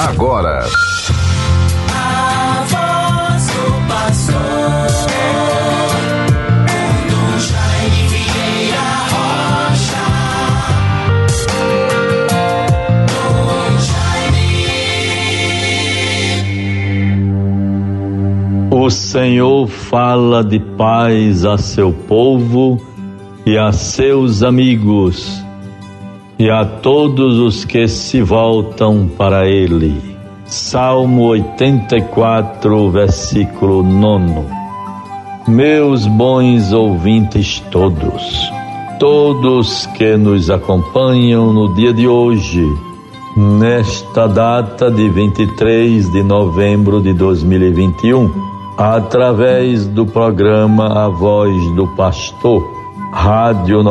agora. A voz do pastor, Jaime Vieira Rocha. O Senhor fala de paz a seu povo e a seus amigos e a todos os que se voltam para Ele. Salmo 84, versículo 9. Meus bons ouvintes todos que nos acompanham no dia de hoje, nesta data de 23 de novembro de 2021, através do programa A Voz do Pastor, Rádio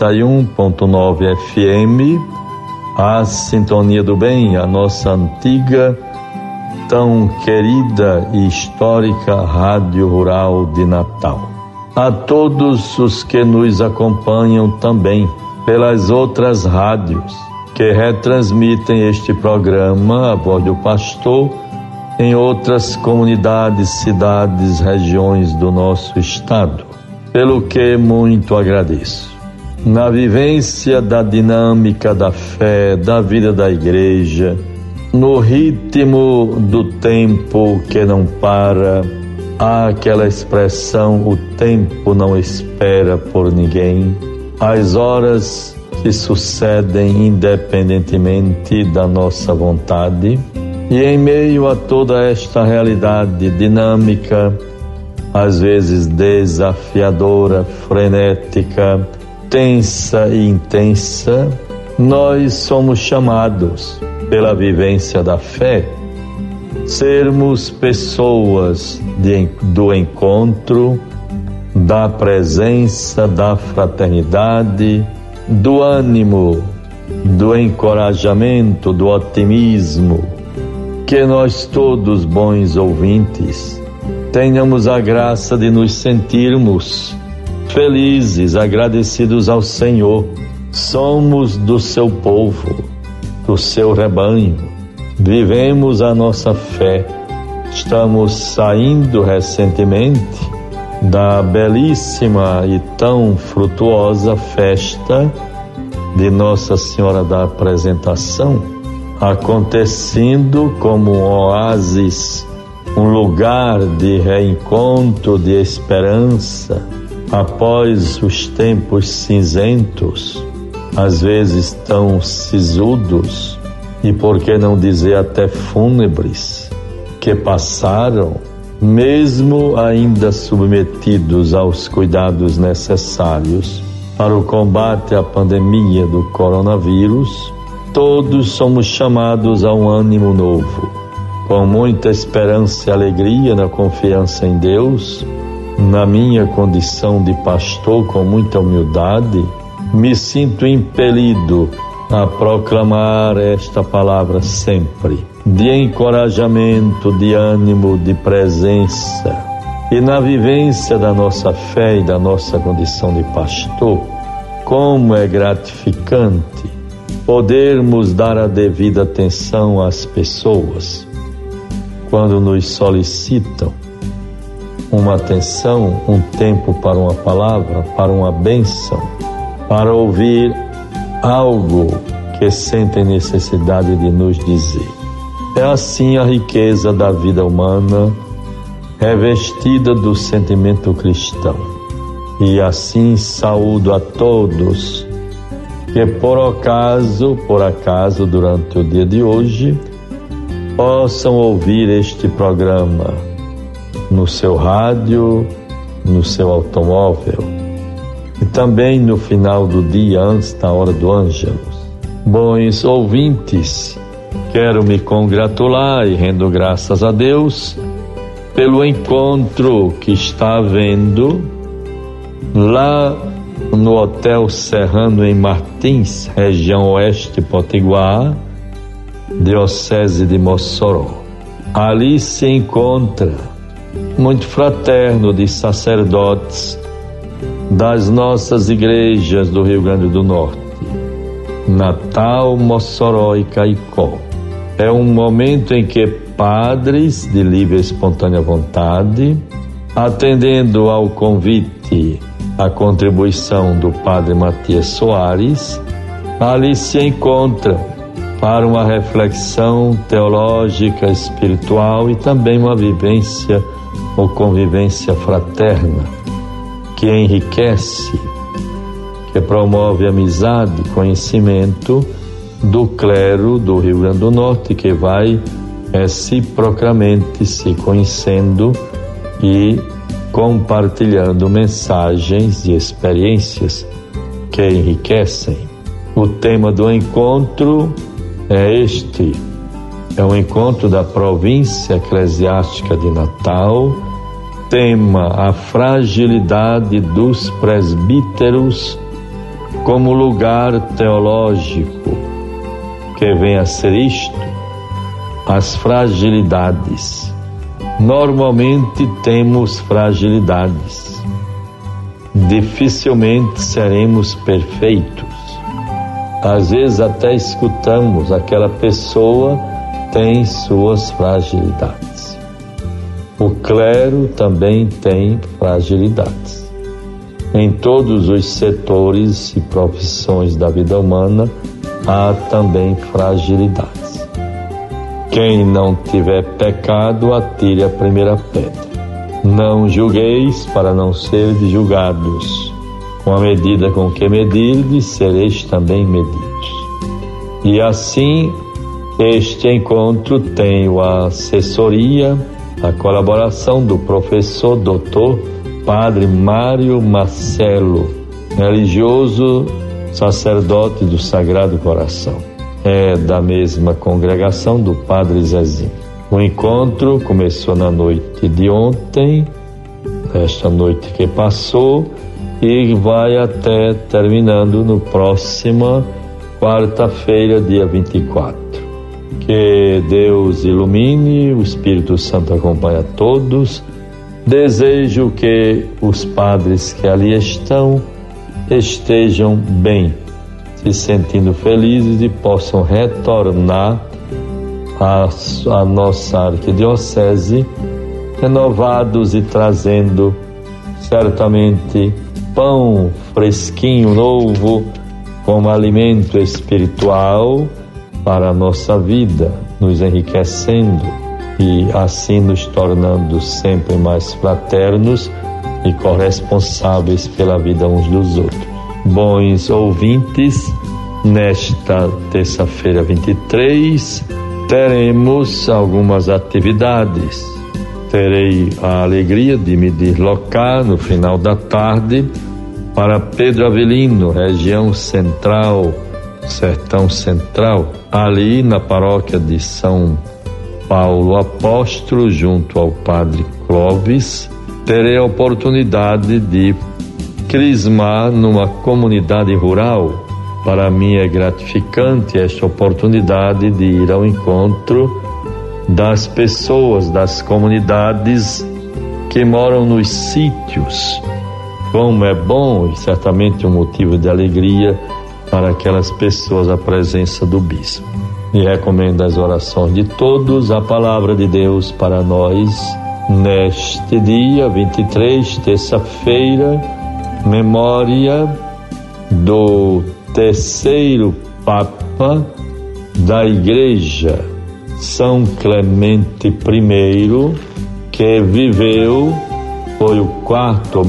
91.9 FM, a Sintonia do Bem, a nossa antiga, tão querida e histórica Rádio Rural de Natal. A todos os que nos acompanham também pelas outras rádios que retransmitem este programa, A Voz do Pastor, em outras comunidades, cidades, regiões do nosso estado, pelo que muito agradeço. Na vivência da dinâmica da fé, da vida da igreja, no ritmo do tempo que não para, há aquela expressão: o tempo não espera por ninguém. As horas se sucedem independentemente da nossa vontade. E em meio a toda esta realidade dinâmica, às vezes desafiadora, frenética, tensa e intensa, nós somos chamados, pela vivência da fé, sermos pessoas do encontro, da presença, da fraternidade, do ânimo, do encorajamento, do otimismo. Que nós todos, bons ouvintes, tenhamos a graça de nos sentirmos felizes, agradecidos ao Senhor. Somos do seu povo, do seu rebanho, vivemos a nossa fé. Estamos saindo recentemente da belíssima e tão frutuosa festa de Nossa Senhora da Apresentação, acontecendo como um oásis, um lugar de reencontro, de esperança, após os tempos cinzentos, às vezes tão sisudos, e por que não dizer até fúnebres, que passaram, mesmo ainda submetidos aos cuidados necessários para o combate à pandemia do coronavírus. Todos somos chamados a um ânimo novo, com muita esperança e alegria na confiança em Deus. Na minha condição de pastor, com muita humildade, me sinto impelido a proclamar esta palavra sempre, de encorajamento, de ânimo, de presença. E na vivência da nossa fé e da nossa condição de pastor, como é gratificante podermos dar a devida atenção às pessoas quando nos solicitam uma atenção, um tempo para uma palavra, para uma bênção, para ouvir algo que sentem necessidade de nos dizer. É assim a riqueza da vida humana, revestida do sentimento cristão. E assim saúdo a todos que por acaso, durante o dia de hoje, possam ouvir este programa no seu rádio, no seu automóvel e também no final do dia, antes da hora do Ângelus. Bons ouvintes, quero me congratular e rendo graças a Deus pelo encontro que está havendo lá no Hotel Serrano em Martins, região oeste Potiguar, diocese de Mossoró. Ali se encontra muito fraterno de sacerdotes das nossas igrejas do Rio Grande do Norte, Natal, Mossoró e Caicó. É um momento em que padres de livre e espontânea vontade, atendendo ao convite, a contribuição do padre Matias Soares, ali se encontra para uma reflexão teológica, espiritual e também uma vivência ou convivência fraterna que enriquece, que promove amizade, conhecimento do clero do Rio Grande do Norte, que vai reciprocamente se conhecendo e compartilhando mensagens e experiências que enriquecem. O tema do encontro é este: é um encontro da província eclesiástica de Natal, tema a fragilidade dos presbíteros como lugar teológico, que vem a ser isto, as fragilidades. Normalmente temos fragilidades, dificilmente seremos perfeitos. Às vezes até escutamos, aquela pessoa tem suas fragilidades. O clero também tem fragilidades. Em todos os setores e profissões da vida humana há também fragilidades. Quem não tiver pecado, atire a primeira pedra. Não julgueis para não seres julgados. Com a medida com que medirdes, sereis também medidos. E assim, este encontro tem a assessoria, a colaboração do professor doutor Padre Mário Marcelo, religioso sacerdote do Sagrado Coração. É da mesma congregação do Padre Zezinho. O encontro começou na noite de ontem, esta noite que passou, e vai até terminando no próxima quarta-feira, dia 24. Que Deus ilumine, o Espírito Santo acompanhe a todos. Desejo que os padres que ali estejam bem, se sentindo felizes e possam retornar à nossa arquidiocese renovados e trazendo certamente pão fresquinho, novo, como alimento espiritual para a nossa vida, nos enriquecendo e assim nos tornando sempre mais fraternos e corresponsáveis pela vida uns dos outros. Bons ouvintes, nesta terça-feira 23, teremos algumas atividades. Terei a alegria de me deslocar no final da tarde para Pedro Avelino, região central, sertão central, ali na paróquia de São Paulo Apóstolo, junto ao Padre Clóvis. Terei a oportunidade de crismar numa comunidade rural. Para mim é gratificante esta oportunidade de ir ao encontro das pessoas, das comunidades que moram nos sítios. Como é bom e certamente um motivo de alegria para aquelas pessoas a presença do bispo. E recomendo as orações de todos, a palavra de Deus para nós neste dia 23, terça-feira, memória do terceiro Papa da Igreja, São Clemente I, que viveu, foi o quarto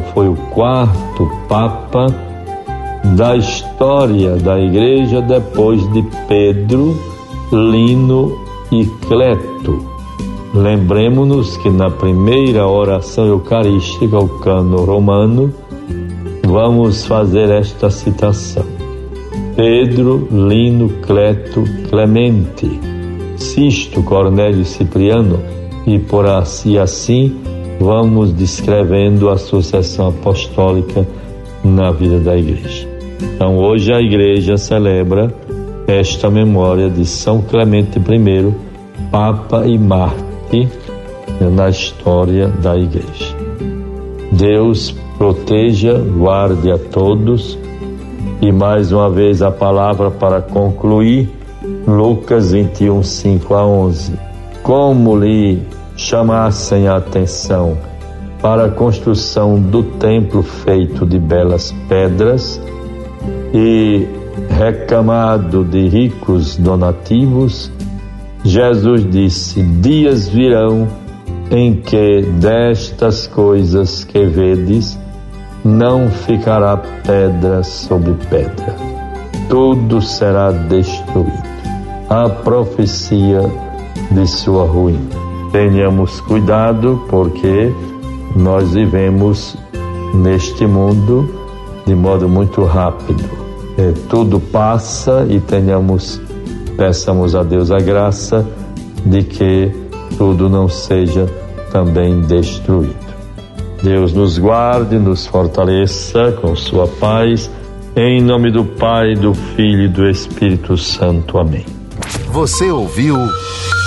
Papa da história da Igreja depois de Pedro, Lino e Cleto. Lembremos-nos que na primeira oração eucarística, o cânon romano, vamos fazer esta citação: Pedro, Lino, Cleto, Clemente, Sisto, Cornélio e Cipriano, e por assim vamos descrevendo a sucessão apostólica na vida da Igreja. Então hoje a Igreja celebra esta memória de São Clemente I, Papa e Mártir na história da Igreja. Deus proteja, guarde a todos. E mais uma vez a palavra para concluir Lucas 21, 5-11. Como lhe chamassem a atenção para a construção do templo feito de belas pedras e recamado de ricos donativos, Jesus disse: dias virão em que destas coisas que vedes não ficará pedra sobre pedra, tudo será destruído. A profecia de sua ruína. Tenhamos cuidado, porque nós vivemos neste mundo de modo muito rápido. Tudo passa e peçamos a Deus a graça de que tudo não seja também destruído. Deus nos guarde, nos fortaleça com sua paz, em nome do Pai, do Filho e do Espírito Santo. Amém. Você ouviu